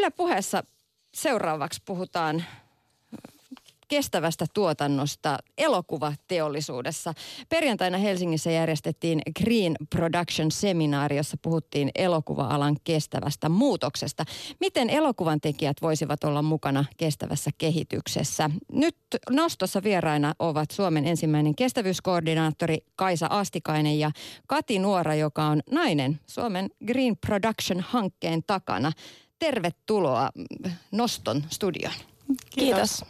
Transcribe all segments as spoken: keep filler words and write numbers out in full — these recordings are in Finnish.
Yle Puheessa seuraavaksi puhutaan kestävästä tuotannosta elokuvateollisuudessa. Perjantaina Helsingissä järjestettiin Green Production-seminaari, jossa puhuttiin elokuva-alan kestävästä muutoksesta. Miten elokuvan tekijät voisivat olla mukana kestävässä kehityksessä? Nyt nostossa vieraina ovat Suomen ensimmäinen kestävyyskoordinaattori Kaisa Astikainen ja Kati Nuora, joka on nainen Suomen Green Production-hankkeen takana. Tervetuloa Noston studioon. Kiitos.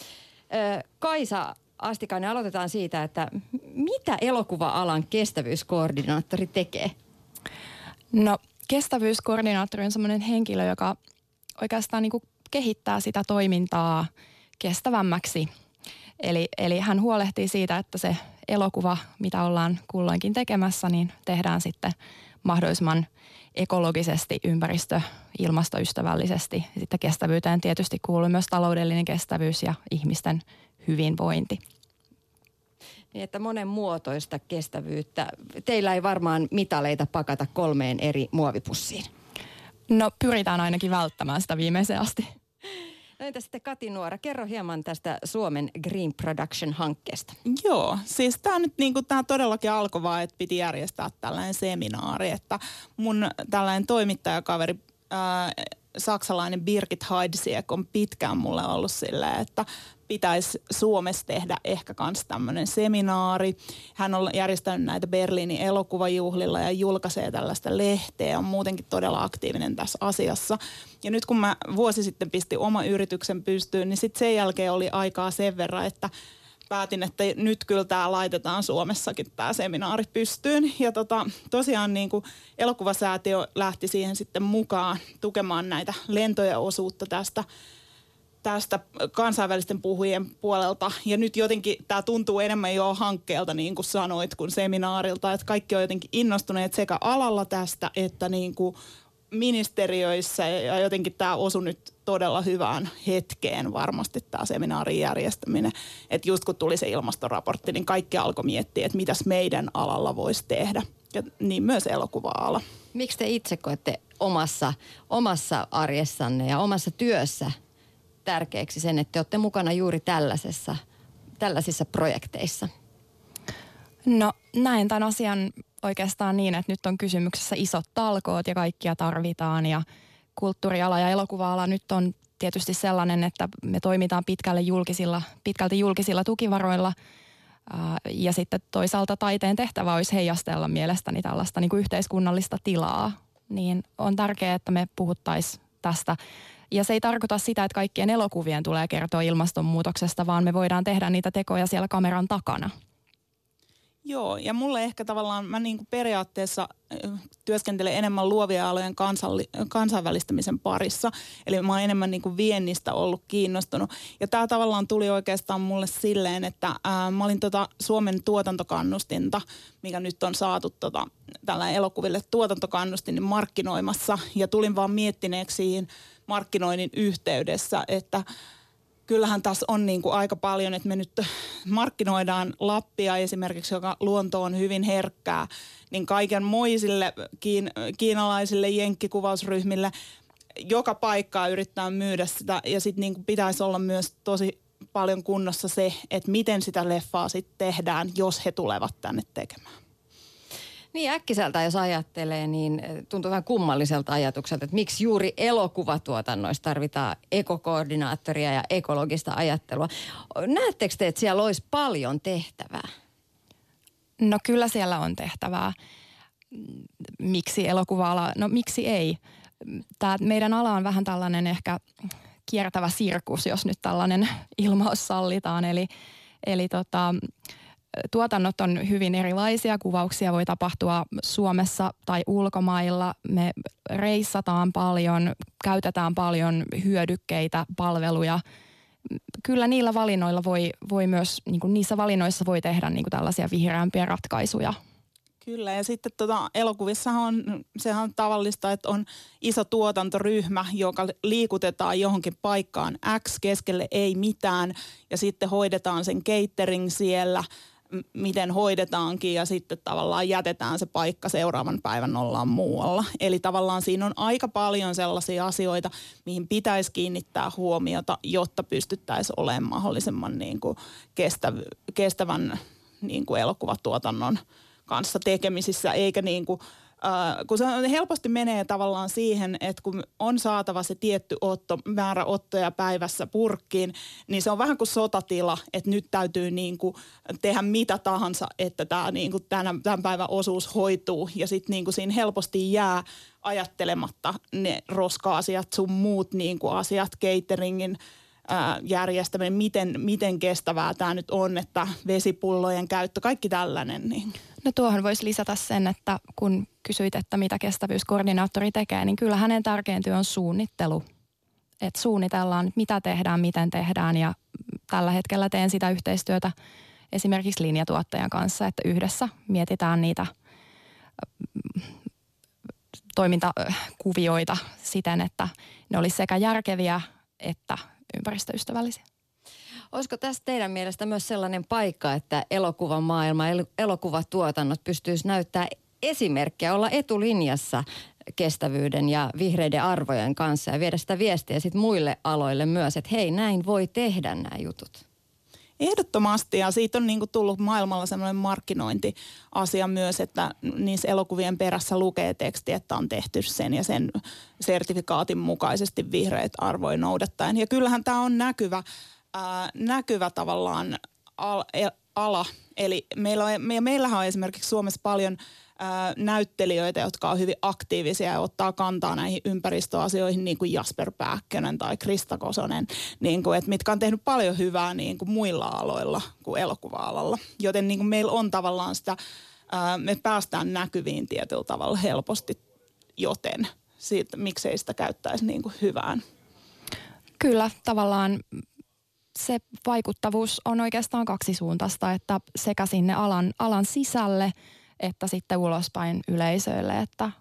Kaisa Astikainen, aloitetaan siitä, että mitä elokuva-alan kestävyyskoordinaattori tekee? No, kestävyyskoordinaattori on sellainen henkilö, joka oikeastaan niin kuin kehittää sitä toimintaa kestävämmäksi. Eli, eli hän huolehtii siitä, että se elokuva, mitä ollaan kulloinkin tekemässä, niin tehdään sitten mahdollisimman ekologisesti, ympäristö- ilmastoystävällisesti. Sitten kestävyyteen tietysti kuuluu myös taloudellinen kestävyys ja ihmisten hyvinvointi. Niin, että monen muotoista kestävyyttä. Teillä ei varmaan mitaleita pakata kolmeen eri muovipussiin. No, pyritään ainakin välttämään sitä viimeiseen asti. No entä sitten Kati Nuora, kerro hieman tästä Suomen Green Production-hankkeesta. Joo, siis tämä nyt niinku, tää todellakin alkoi vaan, että piti järjestää tällainen seminaari, että mun tällainen toimittajakaveri, ää, saksalainen Birgit Heidsiek on pitkään mulle ollut silleen, että pitäisi Suomessa tehdä ehkä myös tämmöinen seminaari. Hän on järjestänyt näitä Berliinin elokuvajuhlilla ja julkaisee tällaista lehteä, on muutenkin todella aktiivinen tässä asiassa. Ja nyt kun mä vuosi sitten pistin oma yrityksen pystyyn, niin sitten sen jälkeen oli aikaa sen verran, että päätin, että nyt kyllä tämä laitetaan Suomessakin tämä seminaari pystyyn. Ja tota, tosiaan niin kuin elokuvasäätiö lähti siihen sitten mukaan tukemaan näitä lentojen osuutta tästä tästä kansainvälisten puhujien puolelta. Ja nyt jotenkin tämä tuntuu enemmän jo hankkeelta, niin kuin sanoit, kuin seminaarilta. Että kaikki on jotenkin innostuneet sekä alalla tästä, että niin kuin ministeriöissä. Ja jotenkin tämä osui nyt todella hyvään hetkeen varmasti tämä seminaarin järjestäminen. Että just kun tuli se ilmastoraportti, niin kaikki alkoi miettiä, että mitäs meidän alalla voisi tehdä. Ja niin myös elokuva-ala. Miksi te itse koette omassa, omassa arjessanne ja omassa työssä tärkeäksi sen, että te olette mukana juuri tällaisessa, tällaisissa projekteissa? No, näen tämän asian oikeastaan niin, että nyt on kysymyksessä isot talkoot ja kaikkia tarvitaan ja kulttuuriala ja elokuva-ala nyt on tietysti sellainen, että me toimitaan pitkälle julkisilla, pitkälti julkisilla tukivaroilla ja sitten toisaalta taiteen tehtävä olisi heijastella mielestäni tällaista niin kuin yhteiskunnallista tilaa, niin on tärkeää, että me puhuttaisiin tästä. Ja se ei tarkoita sitä, että kaikkien elokuvien tulee kertoa ilmastonmuutoksesta, vaan me voidaan tehdä niitä tekoja siellä kameran takana. Joo, ja mulle ehkä tavallaan, mä niin kuin periaatteessa työskentelen enemmän luovien alojen kansalli- kansainvälistämisen parissa. Eli mä oon enemmän niin kuin viennistä ollut kiinnostunut. Ja tää tavallaan tuli oikeastaan mulle silleen, että ää, mä olin tota Suomen tuotantokannustinta, mikä nyt on saatu tota, tällä elokuville tuotantokannustin niin markkinoimassa. Ja tulin vaan miettineeksi siihen markkinoinnin yhteydessä, että kyllähän tässä on niin kuin aika paljon, että me nyt markkinoidaan Lappia esimerkiksi, joka luonto on hyvin herkkää, niin kaikenmoisille kiin, kiinalaisille jenkkikuvausryhmille joka paikkaa yrittää myydä sitä. Ja sitten niin kuin pitäisi olla myös tosi paljon kunnossa se, että miten sitä leffaa sitten tehdään, jos he tulevat tänne tekemään. Niin äkkiseltä jos ajattelee, niin tuntuu vähän kummalliselta ajatukselta, että miksi juuri elokuvatuotannoissa tarvitaan ekokoordinaattoria ja ekologista ajattelua. Näettekö te, että siellä olisi paljon tehtävää? No kyllä siellä on tehtävää. Miksi elokuva-ala? No miksi ei? Tämä meidän ala on vähän tällainen ehkä kiertävä sirkus, jos nyt tällainen ilmaus sallitaan. Eli, eli tota... Tuotannot on hyvin erilaisia, kuvauksia voi tapahtua Suomessa tai ulkomailla. Me reissataan paljon, käytetään paljon hyödykkeitä, palveluja. Kyllä niillä valinnoilla voi, voi myös, niin kuin niissä valinnoissa voi tehdä niin kuin tällaisia vihreämpiä ratkaisuja. Kyllä, ja sitten tota, elokuvissahan on, sehän on tavallista, että on iso tuotantoryhmä, joka liikutetaan johonkin paikkaan X, keskelle ei mitään, ja sitten hoidetaan sen catering siellä. miten hoidetaankin ja sitten tavallaan jätetään se paikka seuraavan päivän ollaan muualla. Eli tavallaan siinä on aika paljon sellaisia asioita, mihin pitäisi kiinnittää huomiota, jotta pystyttäisiin olemaan mahdollisimman niin kuin kestäv- kestävän niin kuin elokuvatuotannon kanssa tekemisissä, eikä niin kuin Uh, kun se helposti menee tavallaan siihen, että kun on saatava se tietty otto, määrä ottoja päivässä purkkiin, niin se on vähän kuin sotatila, että nyt täytyy niin kuin tehdä mitä tahansa, että tämä niin kuin tämän, tämän päivän osuus hoituu. Ja sitten niin kuin siinä helposti jää ajattelematta ne roska-asiat, sun muut niin kuin asiat, cateringin uh, järjestäminen, miten, miten kestävää tämä nyt on, että vesipullojen käyttö, kaikki tällainen. Niin. No tuohon voisi lisätä sen, että kun kysyit, että mitä kestävyyskoordinaattori tekee, niin kyllä hänen tärkein työ on suunnittelu. Että suunnitellaan, mitä tehdään, miten tehdään ja tällä hetkellä teen sitä yhteistyötä esimerkiksi linjatuottajan kanssa, että yhdessä mietitään niitä toimintakuvioita siten, että ne olisi sekä järkeviä että ympäristöystävällisiä. Olisiko tässä teidän mielestä myös sellainen paikka, että elokuvan maailma, el- elokuvatuotannot pystyisi näyttää esimerkkiä, olla etulinjassa kestävyyden ja vihreiden arvojen kanssa ja viedä sitä viestiä sitten muille aloille myös, että hei, näin voi tehdä nämä jutut? Ehdottomasti, ja siitä on niinku tullut maailmalla sellainen markkinointiasia myös, että niissä elokuvien perässä lukee teksti, että on tehty sen ja sen sertifikaatin mukaisesti vihreät arvoja noudattaen. Ja kyllähän tämä on näkyvä, ää, näkyvä tavallaan al, ala. Eli meillä on, me, meillähän on esimerkiksi Suomessa paljon ää, näyttelijöitä, jotka on hyvin aktiivisia ja ottaa kantaa näihin ympäristöasioihin, niin kuin Jasper Pääkkönen tai Krista Kosonen, niin kuin, että mitkä on tehnyt paljon hyvää niin kuin muilla aloilla kuin elokuva-alalla. Joten niin kuin meillä on tavallaan sitä, ää, me päästään näkyviin tietyllä tavalla helposti, joten siitä, miksei sitä käyttäisi niin kuin hyvään. Kyllä, tavallaan se vaikuttavuus on oikeastaan kaksisuuntaista, että sekä sinne alan, alan sisälle että sitten ulospäin yleisöille, että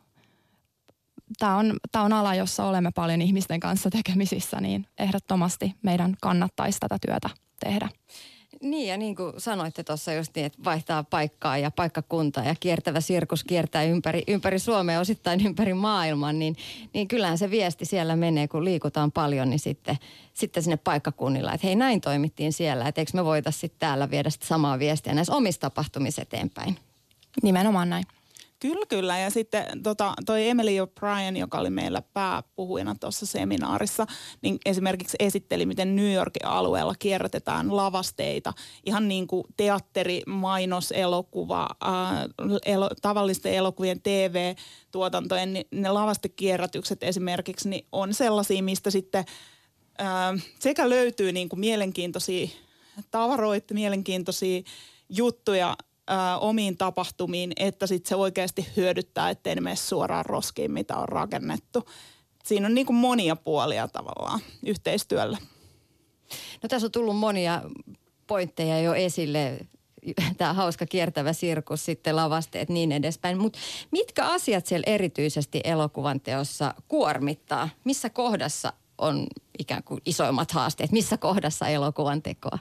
tämä on, tämä on ala, jossa olemme paljon ihmisten kanssa tekemisissä, niin ehdottomasti meidän kannattaisi tätä työtä tehdä. Niin ja niin kuin sanoitte tuossa just niin, että vaihtaa paikkaa ja paikkakuntaa ja kiertävä sirkus kiertää ympäri, ympäri Suomea, osittain ympäri maailman, niin, niin kyllähän se viesti siellä menee, kun liikutaan paljon, niin sitten, sitten sinne paikkakunnilla, että hei näin toimittiin siellä, että eikö me voitaisiin sitten täällä viedä sitä samaa viestiä näissä omissa tapahtumissa eteenpäin. Nimenomaan näin. Kyllä, kyllä. Ja sitten tota, toi Emily O'Brien, joka oli meillä pääpuhujana tuossa seminaarissa, niin esimerkiksi esitteli, miten New Yorkin alueella kierrätetään lavasteita. Ihan niin kuin teatteri, mainos, elokuva, ää, elo, tavallisten elokuvien T V-tuotantojen, niin ne lavastekierrätykset esimerkiksi niin on sellaisia, mistä sitten ää, sekä löytyy niin kuin mielenkiintoisia tavaroita, mielenkiintoisia juttuja, Ä, omiin tapahtumiin, että sitten se oikeasti hyödyttää, ettei ne mene suoraan roskiin, mitä on rakennettu. Siinä on niin kuin monia puolia tavallaan yhteistyöllä. No tässä on tullut monia pointteja jo esille. Tämä hauska kiertävä sirkus, sitten lavasteet niin edespäin. Mutta mitkä asiat siellä erityisesti elokuvan teossa kuormittaa? Missä kohdassa on ikään kuin isoimmat haasteet? Missä kohdassa elokuvan tekoa?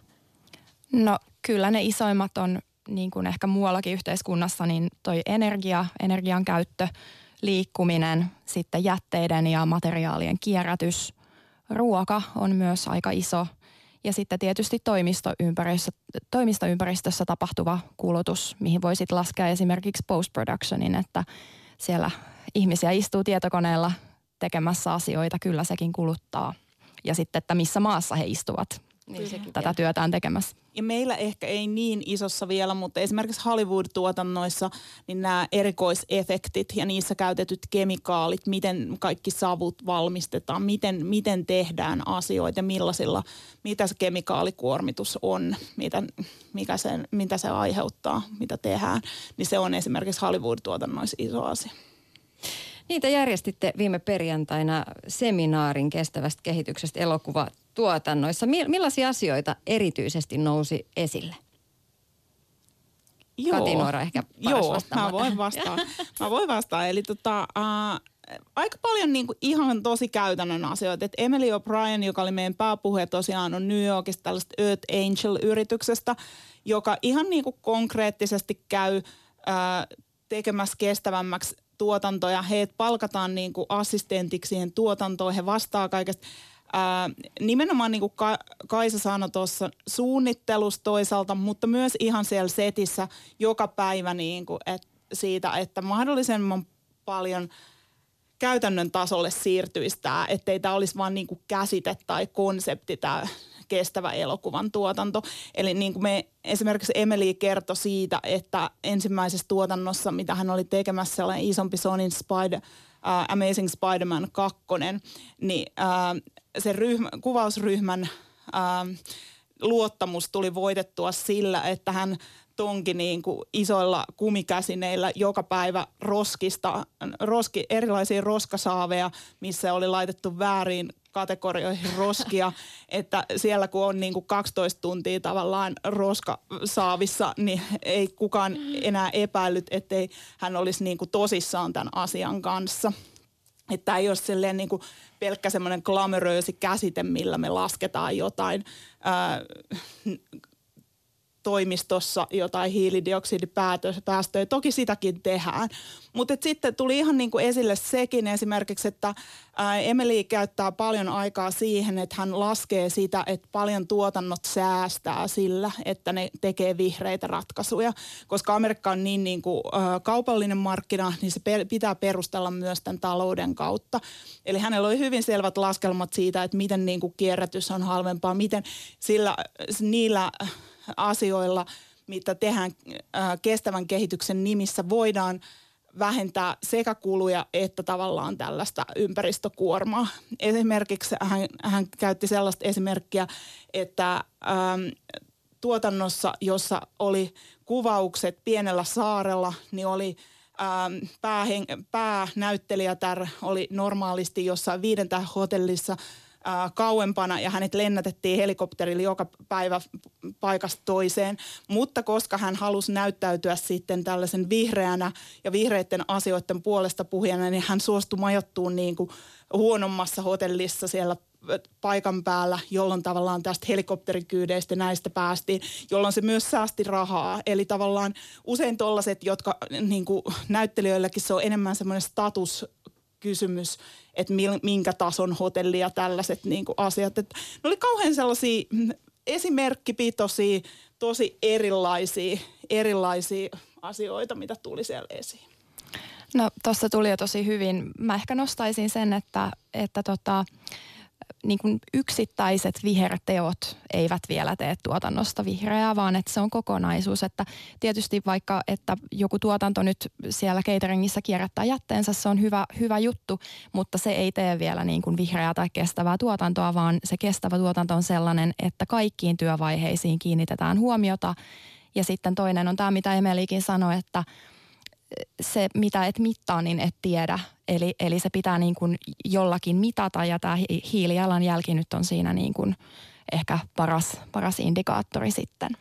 No kyllä ne isoimmat on niin kuin ehkä muuallakin yhteiskunnassa, niin toi energia, energian käyttö, liikkuminen, sitten jätteiden ja materiaalien kierrätys, ruoka on myös aika iso ja sitten tietysti toimistoympäristö, toimistoympäristössä tapahtuva kulutus, mihin voisit laskea esimerkiksi post-productionin, että siellä ihmisiä istuu tietokoneella tekemässä asioita, kyllä sekin kuluttaa ja sitten, että missä maassa he istuvat niin tätä työtään tekemässä. Ja meillä ehkä ei niin isossa vielä, mutta esimerkiksi Hollywood-tuotannoissa niin nämä erikoisefektit ja niissä käytetyt kemikaalit, miten kaikki savut valmistetaan, miten, miten tehdään asioita, millaisilla, mitä se kemikaalikuormitus on, mitä, mikä sen, mitä se aiheuttaa, mitä tehdään, niin se on esimerkiksi Hollywood-tuotannoissa iso asia. Niitä järjestitte viime perjantaina seminaarin kestävästä kehityksestä elokuvatuotannoissa. Millaisia asioita erityisesti nousi esille? Joo. Kati Noora ehkä paras Joo, vastaamaan mä voin vastaa. Mä voin vastaa. Eli tota, äh, aika paljon niin kuin ihan tosi käytännön asioita. Et Emily O'Brien, joka oli meidän pääpuhuja tosiaan, on New Yorkista tällaista Earth Angel-yrityksestä, joka ihan niin kuin konkreettisesti käy ää, tekemässä kestävämmäksi tuotantoja. Heidät palkataan niin kuin assistentiksi siihen tuotantoon. He vastaa kaikesta. Ää, nimenomaan niin kuin Ka- Kaisa sanoi tuossa suunnittelussa toisaalta, mutta myös ihan siellä setissä joka päivä niin kuin, et siitä, että mahdollisimman paljon käytännön tasolle siirtyisi tämä, ettei tämä olisi vaan niin kuin käsite tai konsepti tämä kestävä elokuvan tuotanto. Eli niin kuin me esimerkiksi Emily kertoi siitä, että ensimmäisessä tuotannossa, mitä hän oli tekemässä, sellainen isompi Sonyn Spider, uh, Amazing Spider-Man kaksi, niin uh, se ryhmä, kuvausryhmän uh, luottamus tuli voitettua sillä, että hän tonki niin kuin isoilla kumikäsineillä joka päivä roskista, roski, erilaisia roskasaaveja, missä oli laitettu väärin kategorioihin roskia, että siellä kun on niin kuin kaksitoista tuntia tavallaan roskasaavissa, niin ei kukaan enää epäillyt, ettei hän olisi niin kuin tosissaan tämän asian kanssa. Että tämä ei ole silleen niin kuin pelkkä semmoinen glamoröösi käsite, millä me lasketaan jotain ää, toimistossa jotain hiilidioksidipäästöjä. Toki sitäkin tehdään. Mutta sitten tuli ihan niinku esille sekin esimerkiksi, että ää, Emily käyttää paljon aikaa siihen, että hän laskee sitä, että paljon tuotannot säästää sillä, että ne tekee vihreitä ratkaisuja. Koska Amerikka on niin niinku, ää, kaupallinen markkina, niin se per, pitää perustella myös tämän talouden kautta. Eli hänellä oli hyvin selvät laskelmat siitä, että miten niinku kierrätys on halvempaa, miten sillä, niillä asioilla, mitä tehdään äh, kestävän kehityksen nimissä, voidaan vähentää sekä kuluja että tavallaan tällaista ympäristökuormaa. Esimerkiksi hän, hän käytti sellaista esimerkkiä, että ähm, tuotannossa, jossa oli kuvaukset pienellä saarella, niin oli ähm, päähen, päänäyttelijätär oli normaalisti jossain viiden tähden hotellissa kauempana ja hänet lennätettiin helikopterilla joka päivä paikasta toiseen. Mutta koska hän halusi näyttäytyä sitten tällaisen vihreänä ja vihreiden asioiden puolesta puhujana, niin hän suostui majoittumaan niin kuin huonommassa hotellissa siellä paikan päällä, jolloin tavallaan tästä helikopterikyydeistä näistä päästiin, jolloin se myös säästi rahaa. Eli tavallaan usein tollaiset, jotka niin kuin näyttelijöilläkin se on enemmän semmoinen status kysymys, että minkä tason hotelli ja tällaiset niin kuin asiat. Että ne oli kauhean sellaisia esimerkkipitoisia, tosi erilaisia, erilaisia asioita, mitä tuli siellä esiin. No tuossa tuli jo tosi hyvin. Mä ehkä nostaisin sen, että, että tota, niin kuin yksittäiset viherteot eivät vielä tee tuotannosta vihreää, vaan että se on kokonaisuus. Että tietysti vaikka, että joku tuotanto nyt siellä cateringissa kierrättää jätteensä, se on hyvä, hyvä juttu, mutta se ei tee vielä niin kuin vihreää tai kestävää tuotantoa, vaan se kestävä tuotanto on sellainen, että kaikkiin työvaiheisiin kiinnitetään huomiota. Ja sitten toinen on tämä, mitä Emelikin sanoi, että se, mitä et mittaa, niin et tiedä. Eli, eli se pitää niin kuin jollakin mitata ja tämä hiilijalanjälki nyt on siinä niin kuin ehkä paras, paras indikaattori sitten.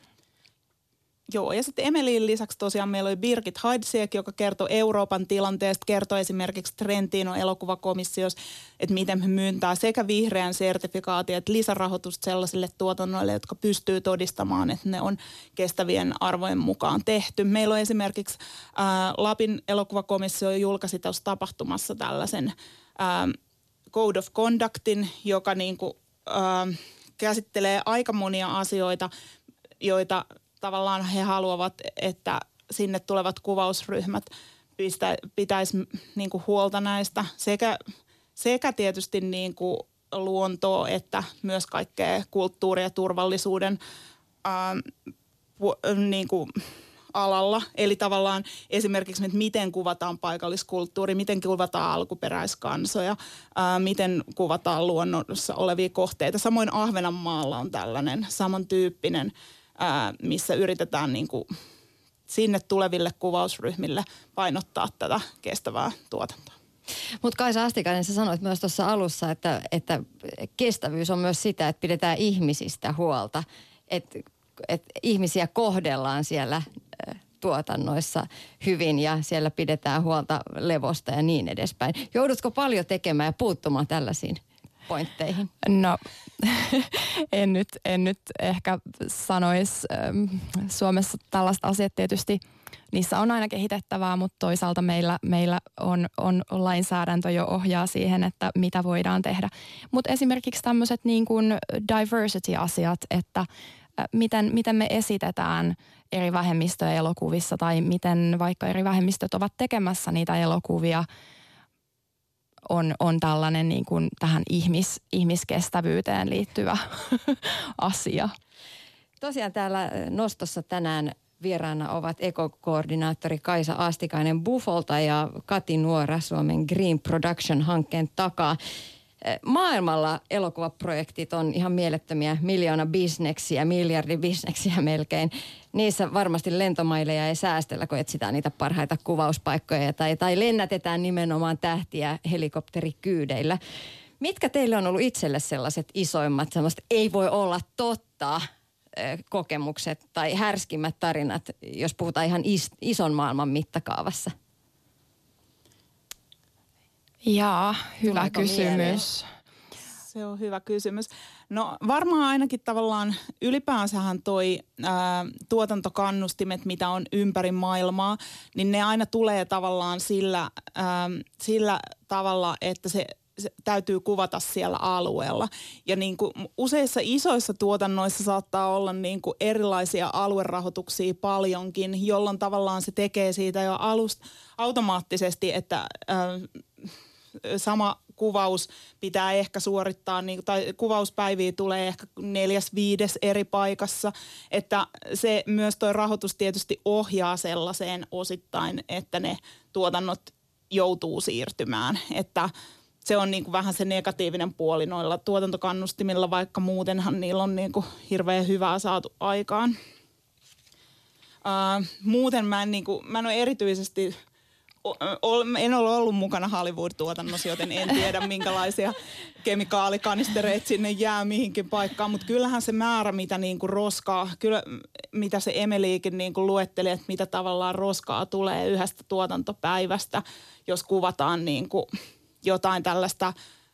Joo, ja sitten Emelin lisäksi tosiaan meillä oli Birgit Heidsieck, joka kertoi Euroopan tilanteesta, kertoi esimerkiksi Trentino elokuvakomissiossa, että miten he myyntää sekä vihreän sertifikaatin että lisärahoitusta sellaisille tuotannoille, jotka pystyy todistamaan, että ne on kestävien arvojen mukaan tehty. Meillä on esimerkiksi ää, Lapin elokuvakomissio julkaisi tuossa tapahtumassa tällaisen ää, Code of Conductin, joka niinku, ää, käsittelee aika monia asioita, joita tavallaan he haluavat, että sinne tulevat kuvausryhmät pistä, pitäisi niin kuin huolta näistä sekä, sekä tietysti niin kuin luontoa että myös kaikkea kulttuuri- ja turvallisuuden ää, pu, niin kuin alalla. Eli tavallaan esimerkiksi, että miten kuvataan paikalliskulttuuri, miten kuvataan alkuperäiskansoja, ää, miten kuvataan luonnossa olevia kohteita. Samoin Ahvenanmaalla on tällainen samantyyppinen, Ää, missä yritetään niin kuin sinne tuleville kuvausryhmille painottaa tätä kestävää tuotantoa. Mutta Kaisa Astikainen, sä sanoit myös tuossa alussa, että, että kestävyys on myös sitä, että pidetään ihmisistä huolta, että, että ihmisiä kohdellaan siellä tuotannoissa hyvin ja siellä pidetään huolta levosta ja niin edespäin. Joudutko paljon tekemään ja puuttumaan tällaisiin pointteihin? No en nyt, en nyt ehkä sanoisi. Suomessa tällaiset asiat tietysti, niissä on aina kehitettävää, mutta toisaalta meillä, meillä on, on lainsäädäntö jo ohjaa siihen, että mitä voidaan tehdä. Mutta esimerkiksi tämmöiset niin kuin diversity-asiat, että miten, miten me esitetään eri vähemmistöjä elokuvissa tai miten vaikka eri vähemmistöt ovat tekemässä niitä elokuvia, on, on tällainen niin kuin tähän ihmis, ihmiskestävyyteen liittyvä asia. Tosiaan täällä nostossa tänään vieraana ovat ekokoordinaattori Kaisa Aastikainen Bufolta ja Kati Nuora Suomen Green Production-hankkeen takaa. Maailmalla elokuvaprojektit on ihan mielettömiä miljoona bisneksiä, miljardibisneksiä melkein. Niissä varmasti lentomaileja ei säästellä, kun etsitään niitä parhaita kuvauspaikkoja tai, tai lennätetään nimenomaan tähtiä helikopterikyydeillä. Mitkä teille on ollut itselle sellaiset isoimmat, sellaiset ei voi olla totta kokemukset tai härskimmät tarinat, jos puhutaan ihan is, ison maailman mittakaavassa? Jaa, hyvä Tuleeko kysymys. mieleen? Se on hyvä kysymys. No varmaan ainakin tavallaan ylipäänsähän toi ää, tuotantokannustimet, mitä on ympäri maailmaa, niin ne aina tulee tavallaan sillä, ää, sillä tavalla, että se, se täytyy kuvata siellä alueella. Ja niin kuin useissa isoissa tuotannoissa saattaa olla niin kuin erilaisia aluerahoituksia paljonkin, jolloin tavallaan se tekee siitä jo alusta automaattisesti, että ää, sama kuvaus pitää ehkä suorittaa, niin, tai kuvauspäiviä tulee ehkä neljäs, viides eri paikassa, että se myös toi rahoitus tietysti ohjaa sellaiseen osittain, että ne tuotannot joutuu siirtymään, että se on niin kuin vähän se negatiivinen puoli noilla tuotantokannustimilla, vaikka muutenhan niillä on niin kuin hirveän hyvää saatu aikaan. Uh, muuten mä en, niin kuin, mä en ole erityisesti en ole ollut mukana Hollywood-tuotannossa, joten en tiedä minkälaisia kemikaalikanistereita sinne jää mihinkin paikkaan, mutta kyllähän se määrä, mitä niinku roskaa, kyllä, mitä se Emeliikin niinku luetteli, että mitä tavallaan roskaa tulee yhdestä tuotantopäivästä, jos kuvataan niinku jotain tällaista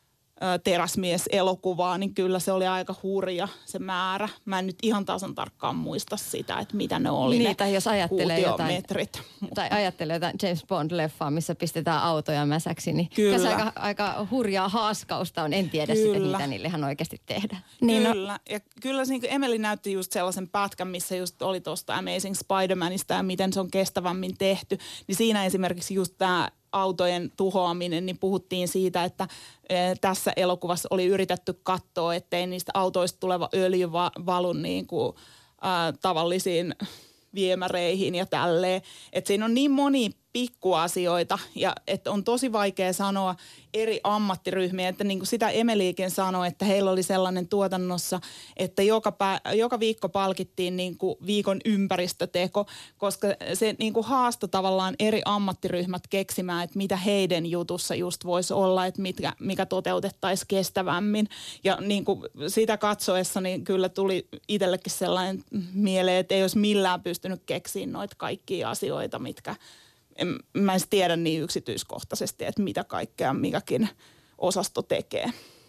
teräsmies-elokuvaa, niin kyllä se oli aika hurja se määrä. Mä en nyt ihan tasan tarkkaan muista sitä, että mitä ne oli niin, ne tai jos ajattelee jotain, mutta tai ajattelee jotain James Bond-leffaa, missä pistetään autoja mäsäksi, niin kyllä se aika, aika hurjaa haaskausta on. En tiedä kyllä. sitten, mitä niille ihan oikeasti tehdään. Niin kyllä. No. Ja kyllä niin Emily näytti just sellaisen pätkän, missä just oli tuosta Amazing Spider-Manista ja miten se on kestävämmin tehty. Niin siinä esimerkiksi just tämä autojen tuhoaminen, niin puhuttiin siitä, että e, tässä elokuvassa oli yritetty katsoa, ettei niistä autoista tuleva öljy va- valu niin kuin, ä, tavallisiin viemäreihin ja tälleen. Että siinä on niin moni pikkuasioita ja että on tosi vaikea sanoa eri ammattiryhmiä, että niin kuin sitä Emeliikin sanoi, että heillä oli sellainen tuotannossa, että joka, pä- joka viikko palkittiin niin kuin viikon ympäristöteko, koska se niin kuin haastoi tavallaan eri ammattiryhmät keksimään, että mitä heidän jutussa just voisi olla, että mitkä, mikä toteutettaisiin kestävämmin. Ja niin kuin sitä katsoessa niin kyllä tuli itsellekin sellainen mieleen, että ei olisi millään pystynyt keksiä noita kaikkia asioita, mitkä En, mä en tiedä niin yksityiskohtaisesti, että mitä kaikkea mikäkin osasto tekee.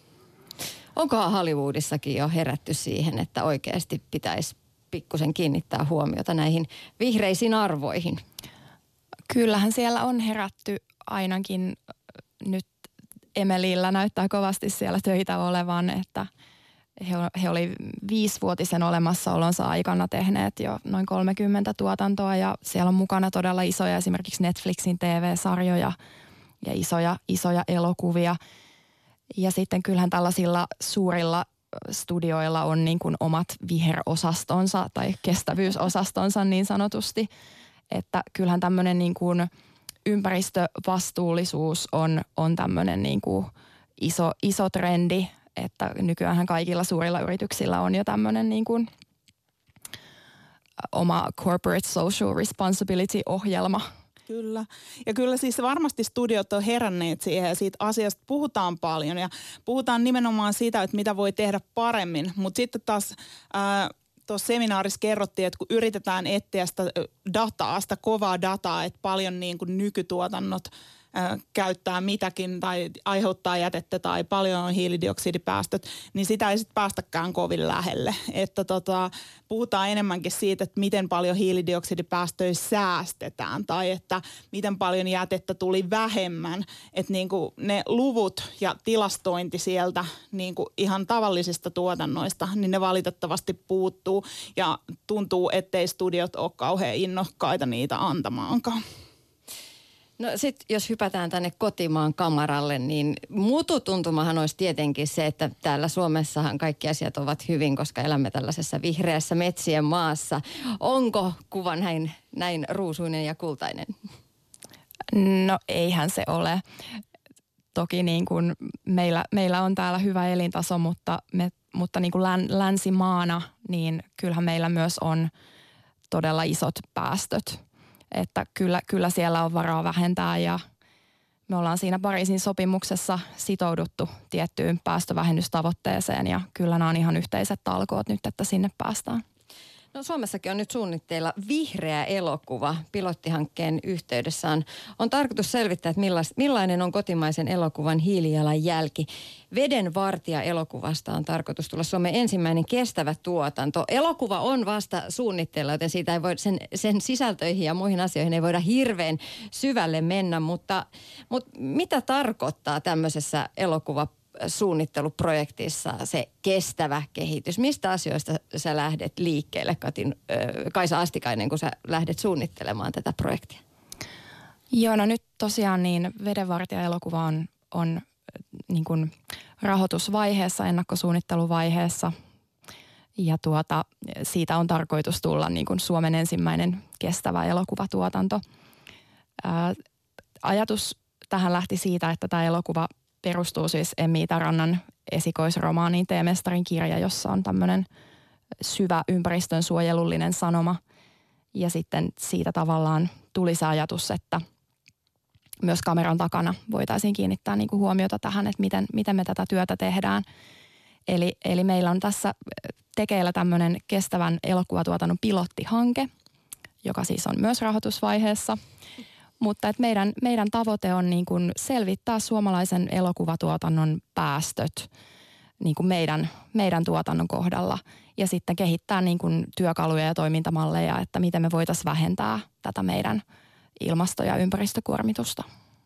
Onkohan Hollywoodissakin jo herätty siihen, että oikeasti pitäisi pikkusen kiinnittää huomiota näihin vihreisiin arvoihin? Kyllähän siellä on herätty ainakin nyt. Emelillä näyttää kovasti siellä töitä olevan, että he, he oli viisivuotisen olemassaolonsa aikana tehneet jo noin kolmekymmentä tuotantoa ja siellä on mukana todella isoja esimerkiksi Netflixin T V-sarjoja ja isoja, isoja elokuvia. Ja sitten kyllähän tällaisilla suurilla studioilla on niin kuin omat viherosastonsa tai kestävyysosastonsa niin sanotusti, että kyllähän tämmöinen niin kuin ympäristövastuullisuus on, on tämmöinen niin kuin iso, iso trendi, että nykyäänhän kaikilla suurilla yrityksillä on jo tämmöinen niin kuin oma corporate social responsibility-ohjelma. Kyllä. Ja kyllä siis varmasti studiot on heränneet siihen ja siitä asiasta puhutaan paljon ja puhutaan nimenomaan siitä, että mitä voi tehdä paremmin. Mutta sitten taas ää, tuossa seminaarissa kerrottiin, että kun yritetään etsiä sitä dataa, sitä kovaa dataa, että paljon niin kuin nykytuotannot käyttää mitäkin tai aiheuttaa jätettä tai paljon on hiilidioksidipäästöt, niin sitä ei sitten päästäkään kovin lähelle. Että tota, puhutaan enemmänkin siitä, että miten paljon hiilidioksidipäästöjä säästetään tai että miten paljon jätettä tuli vähemmän. Että niinku ne luvut ja tilastointi sieltä niinku ihan tavallisista tuotannoista, niin ne valitettavasti puuttuu ja tuntuu, ettei studiot ole kauhean innokkaita niitä antamaankaan. No sitten jos hypätään tänne kotimaan kamaralle, niin mututuntumahan olisi tietenkin se, että täällä Suomessahan kaikki asiat ovat hyvin, koska elämme tällaisessa vihreässä metsien maassa. Onko kuva näin, näin ruusuinen ja kultainen? No eihän se ole. Toki niin kuin meillä, meillä on täällä hyvä elintaso, mutta, me, mutta niin kuin län, länsimaana, niin kyllähän meillä myös on todella isot päästöt. Että kyllä, kyllä siellä on varaa vähentää ja me ollaan siinä Pariisin sopimuksessa sitouduttu tiettyyn päästövähennystavoitteeseen ja kyllä nämä on ihan yhteiset talkoot nyt, että sinne päästään. No Suomessakin on nyt suunnitteilla vihreä elokuva. Pilottihankkeen yhteydessä on, on tarkoitus selvittää, että millais, millainen on kotimaisen elokuvan hiilijalanjälki. Vedenvartija-elokuvasta on tarkoitus tulla Suomen ensimmäinen kestävä tuotanto. Elokuva on vasta suunnitteilla, joten siitä ei voi, sen, sen sisältöihin ja muihin asioihin ei voida hirveän syvälle mennä, mutta, mutta mitä tarkoittaa tämmöisessä elokuva suunnitteluprojektissa se kestävä kehitys? Mistä asioista sä lähdet liikkeelle, Katin, Kaisa Astikainen, kun sä lähdet suunnittelemaan tätä projektia? Joo, no nyt tosiaan niin Vedenvartija-elokuva on, on niin kuin rahoitusvaiheessa, ennakkosuunnitteluvaiheessa ja tuota, siitä on tarkoitus tulla niin kuin Suomen ensimmäinen kestävä elokuvatuotanto. Ää, ajatus tähän lähti siitä, että tämä elokuva perustuu siis Emmi Itärannan esikoisromaaniin Teemestarin kirja, jossa on tämmöinen syvä ympäristönsuojelullinen sanoma. Ja sitten siitä tavallaan tuli se ajatus, että myös kameran takana voitaisiin kiinnittää niin kuin huomiota tähän, että miten, miten me tätä työtä tehdään. Eli, eli meillä on tässä tekeillä tämmöinen kestävän elokuvatuotannon pilottihanke, joka siis on myös rahoitusvaiheessa. Mutta että meidän, meidän tavoite on niin kuin selvittää suomalaisen elokuvatuotannon päästöt niin kuin meidän, meidän tuotannon kohdalla ja sitten kehittää niin kuin työkaluja ja toimintamalleja, että miten me voitaisiin vähentää tätä meidän ilmasto- ja ympäristökuormitusta.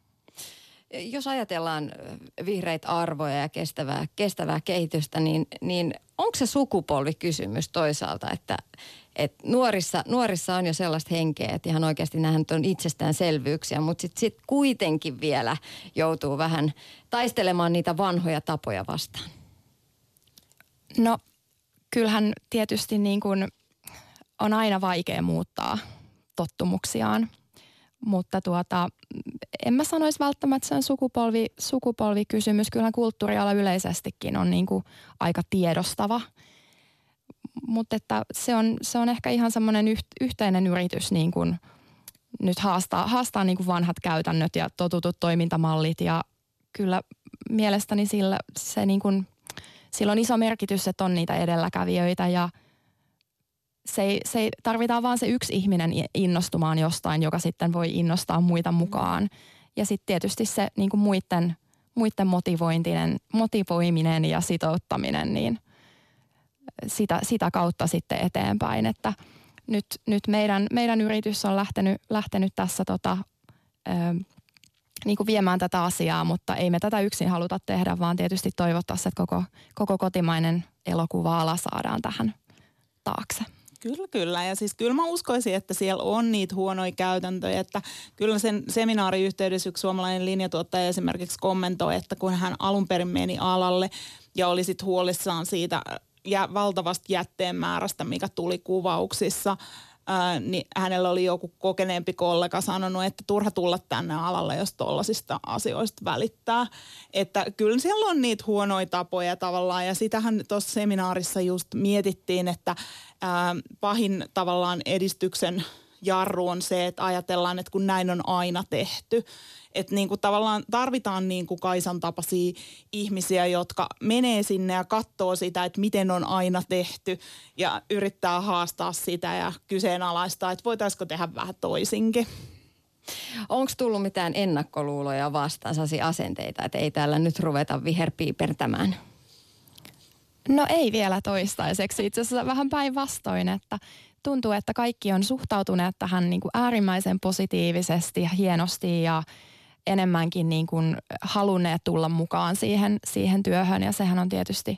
Jos ajatellaan vihreitä arvoja ja kestävää, kestävää kehitystä, niin, niin onko se sukupolvikysymys toisaalta, että, että nuorissa, nuorissa on jo sellaista henkeä, että ihan oikeasti nämähän on itsestäänselvyyksiä, mutta sitten sit kuitenkin vielä joutuu vähän taistelemaan niitä vanhoja tapoja vastaan? No kyllähän tietysti niin kuin on aina vaikea muuttaa tottumuksiaan. Mutta tuota, en mä sanoisi välttämättä sen sukupolvi, sukupolvikysymys. Kyllähän kulttuuriala yleisestikin on niin kuin aika tiedostava. Mutta että se on, se on ehkä ihan semmoinen yht, yhteinen yritys niin kuin nyt haastaa, haastaa niin kuin vanhat käytännöt ja totutut toimintamallit. Ja kyllä mielestäni sillä, se niin kuin, sillä on iso merkitys, että on niitä edelläkävijöitä ja Se ei, se ei, tarvitaan vaan se yksi ihminen innostumaan jostain, joka sitten voi innostaa muita mukaan. Ja sitten tietysti se niin kuin muiden, muiden motivointinen, motivoiminen ja sitouttaminen, niin sitä, sitä kautta sitten eteenpäin. Että nyt, nyt meidän, meidän yritys on lähtenyt, lähtenyt tässä tota, ö, niin kuin viemään tätä asiaa, mutta ei me tätä yksin haluta tehdä, vaan tietysti toivottaisiin, että koko, koko kotimainen elokuva-ala saadaan tähän taakse. Kyllä, kyllä. Ja siis kyllä mä uskoisin, että siellä on niitä huonoja käytäntöjä, että kyllä sen seminaariyhteydessä yksi suomalainen linjatuottaja esimerkiksi kommentoi, että kun hän alun perin meni alalle ja oli sitten huolissaan siitä ja valtavasta jätteen määrästä, mikä tuli kuvauksissa, ää, niin hänellä oli joku kokeneempi kollega sanonut, että turha tulla tänne alalle, jos tollaisista asioista välittää. Että kyllä siellä on niitä huonoja tapoja tavallaan ja sitähän tuossa seminaarissa just mietittiin, että ää, pahin tavallaan edistyksen jarru on se, että ajatellaan, että kun näin on aina tehty. Että niin kuin tavallaan tarvitaan niin kuin Kaisan tapaisia ihmisiä, jotka menee sinne ja katsoo sitä, että miten on aina tehty ja yrittää haastaa sitä ja kyseenalaistaa, että voitaisiko tehdä vähän toisinkin. Onko tullut mitään ennakkoluuloja vastaan, sellaisia asenteita, että ei täällä nyt ruveta viherpiipertämään? No ei vielä toistaiseksi. Itse asiassa vähän päinvastoin, että tuntuu, että kaikki on suhtautuneet tähän niin kuin äärimmäisen positiivisesti ja hienosti ja enemmänkin niin kuin halunneet tulla mukaan siihen, siihen työhön. Ja sehän on tietysti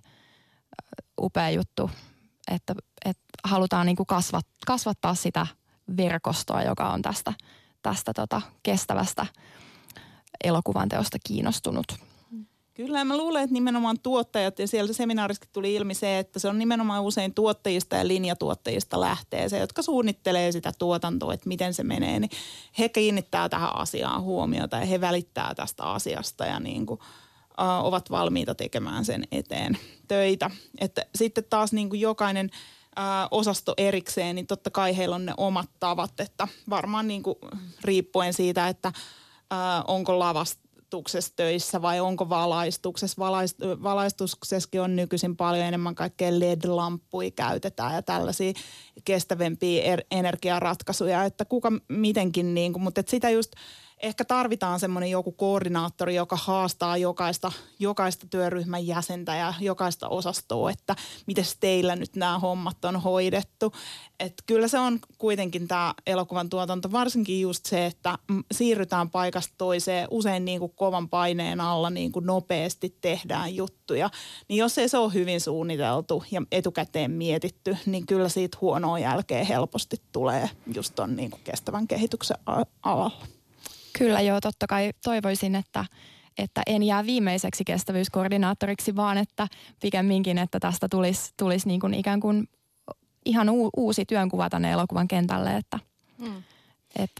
upea juttu, että, että halutaan niin kuin kasvat, kasvattaa sitä verkostoa, joka on tästä, tästä tota kestävästä elokuvan teosta kiinnostunut. Kyllä, ja mä luulen, että nimenomaan tuottajat, ja siellä seminaarissakin tuli ilmi se, että se on nimenomaan usein tuottajista ja linjatuottajista lähtee se, jotka suunnittelee sitä tuotantoa, että miten se menee, niin he kiinnittää tähän asiaan huomiota ja he välittää tästä asiasta ja niin kuin, uh, ovat valmiita tekemään sen eteen töitä. Että sitten taas niin kuin jokainen uh, osasto erikseen, niin totta kai heillä on ne omat tavat, että varmaan niin kuin riippuen siitä, että uh, onko lavasta töissä vai onko valaistuksessa. Valaist, valaistuksessakin on nykyisin paljon enemmän kaikkea L E D-lamppuja käytetään ja tällaisia kestävämpiä er, energiaratkaisuja, että kuka mitenkin niin kuin, mutta että sitä just ehkä tarvitaan semmoinen joku koordinaattori, joka haastaa jokaista, jokaista työryhmän jäsentä ja jokaista osastoa, että miten teillä nyt nämä hommat on hoidettu. Että kyllä se on kuitenkin tämä elokuvan tuotanto, varsinkin just se, että siirrytään paikasta toiseen usein niin kuin kovan paineen alla niin kuin nopeasti tehdään juttuja. Niin jos ei se ole hyvin suunniteltu ja etukäteen mietitty, niin kyllä siitä huonoa jälkeä helposti tulee just ton niin kuin kestävän kehityksen alalla. Kyllä joo, totta kai toivoisin, että, että en jää viimeiseksi kestävyyskoordinaattoriksi, vaan että pikemminkin, että tästä tulisi, tulisi niin kuin ikään kuin ihan u, uusi työnkuva tänne elokuvan kentälle, että, hmm. että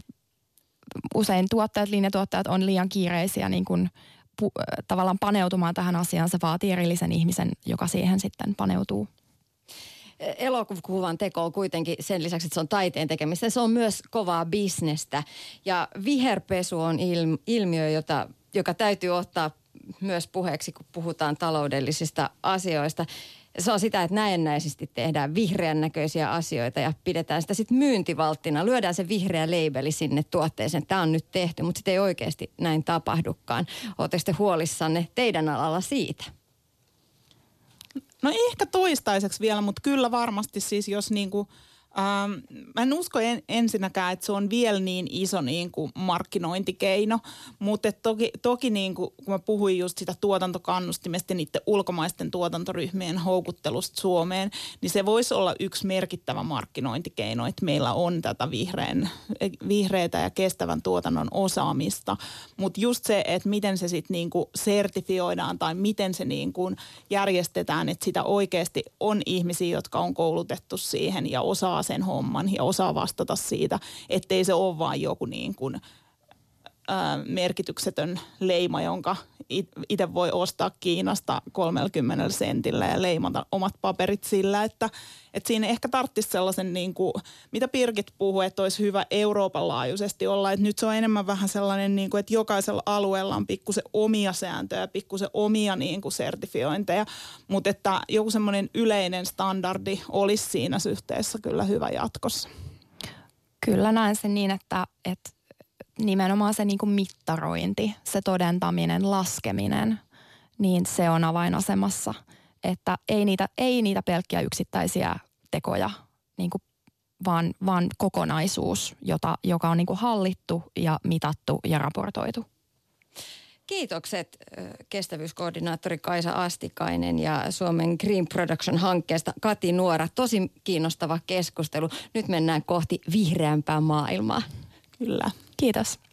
usein tuottajat, linjatuottajat on liian kiireisiä niin kuin pu, tavallaan paneutumaan tähän asiaan. Se vaatii erillisen ihmisen, joka siihen sitten paneutuu. Elokuvan teko on kuitenkin sen lisäksi, että se on taiteen tekemistä. Se on myös kovaa bisnestä ja viherpesu on ilmiö, jota, joka täytyy ottaa myös puheeksi, kun puhutaan taloudellisista asioista. Se on sitä, että näennäisesti tehdään vihreän näköisiä asioita ja pidetään sitä sitten myyntivalttina. Lyödään se vihreä leibeli sinne tuotteeseen, tämä on nyt tehty, mutta sitten ei oikeasti näin tapahdukaan. Oletteko te huolissanne teidän alalla siitä? No ehkä toistaiseksi vielä, mutta kyllä varmasti siis jos niinku, ähm, mä en usko en, ensinnäkään, että se on vielä niin iso niinku markkinointikeino, mutta toki, toki niinku, kun mä puhuin just sitä tuotantokannustimesta ja niiden ulkomaisten tuotantoryhmien houkuttelusta Suomeen, niin se voisi olla yksi merkittävä markkinointikeino, että meillä on tätä vihreän, vihreätä ja kestävän tuotannon osaamista, mutta just se, että miten se sitten niinku sertifioidaan tai miten se niinku järjestetään, että sitä oikeasti on ihmisiä, jotka on koulutettu siihen ja osaa sen homman ja osaa vastata siitä, ettei se ole vaan joku niin kuin, ää, merkityksetön leima, jonka itse voi ostaa Kiinasta kolmekymmentä sentillä ja leimata omat paperit sillä, että, että siinä ehkä tarvitsisi sellaisen, niin kuin, mitä Birgit puhuu, että olisi hyvä Euroopan laajuisesti olla, että nyt se on enemmän vähän sellainen, niin kuin, että jokaisella alueella on pikkusen omia sääntöjä, pikkusen omia niin kuin sertifiointeja, mutta että joku semmoinen yleinen standardi olisi siinä suhteessa kyllä hyvä jatkossa. Kyllä näen sen niin, että, että nimenomaan se niin kuin mittarointi, se todentaminen, laskeminen, niin se on avainasemassa. Että ei niitä, ei niitä pelkkiä yksittäisiä tekoja, niin kuin, vaan, vaan kokonaisuus, jota, joka on niin kuin hallittu ja mitattu ja raportoitu. Kiitokset kestävyyskoordinaattori Kaisa Astikainen ja Suomen Green Production-hankkeesta Kati Nuora. Tosi kiinnostava keskustelu. Nyt mennään kohti vihreämpää maailmaa. Kyllä. Kiitos.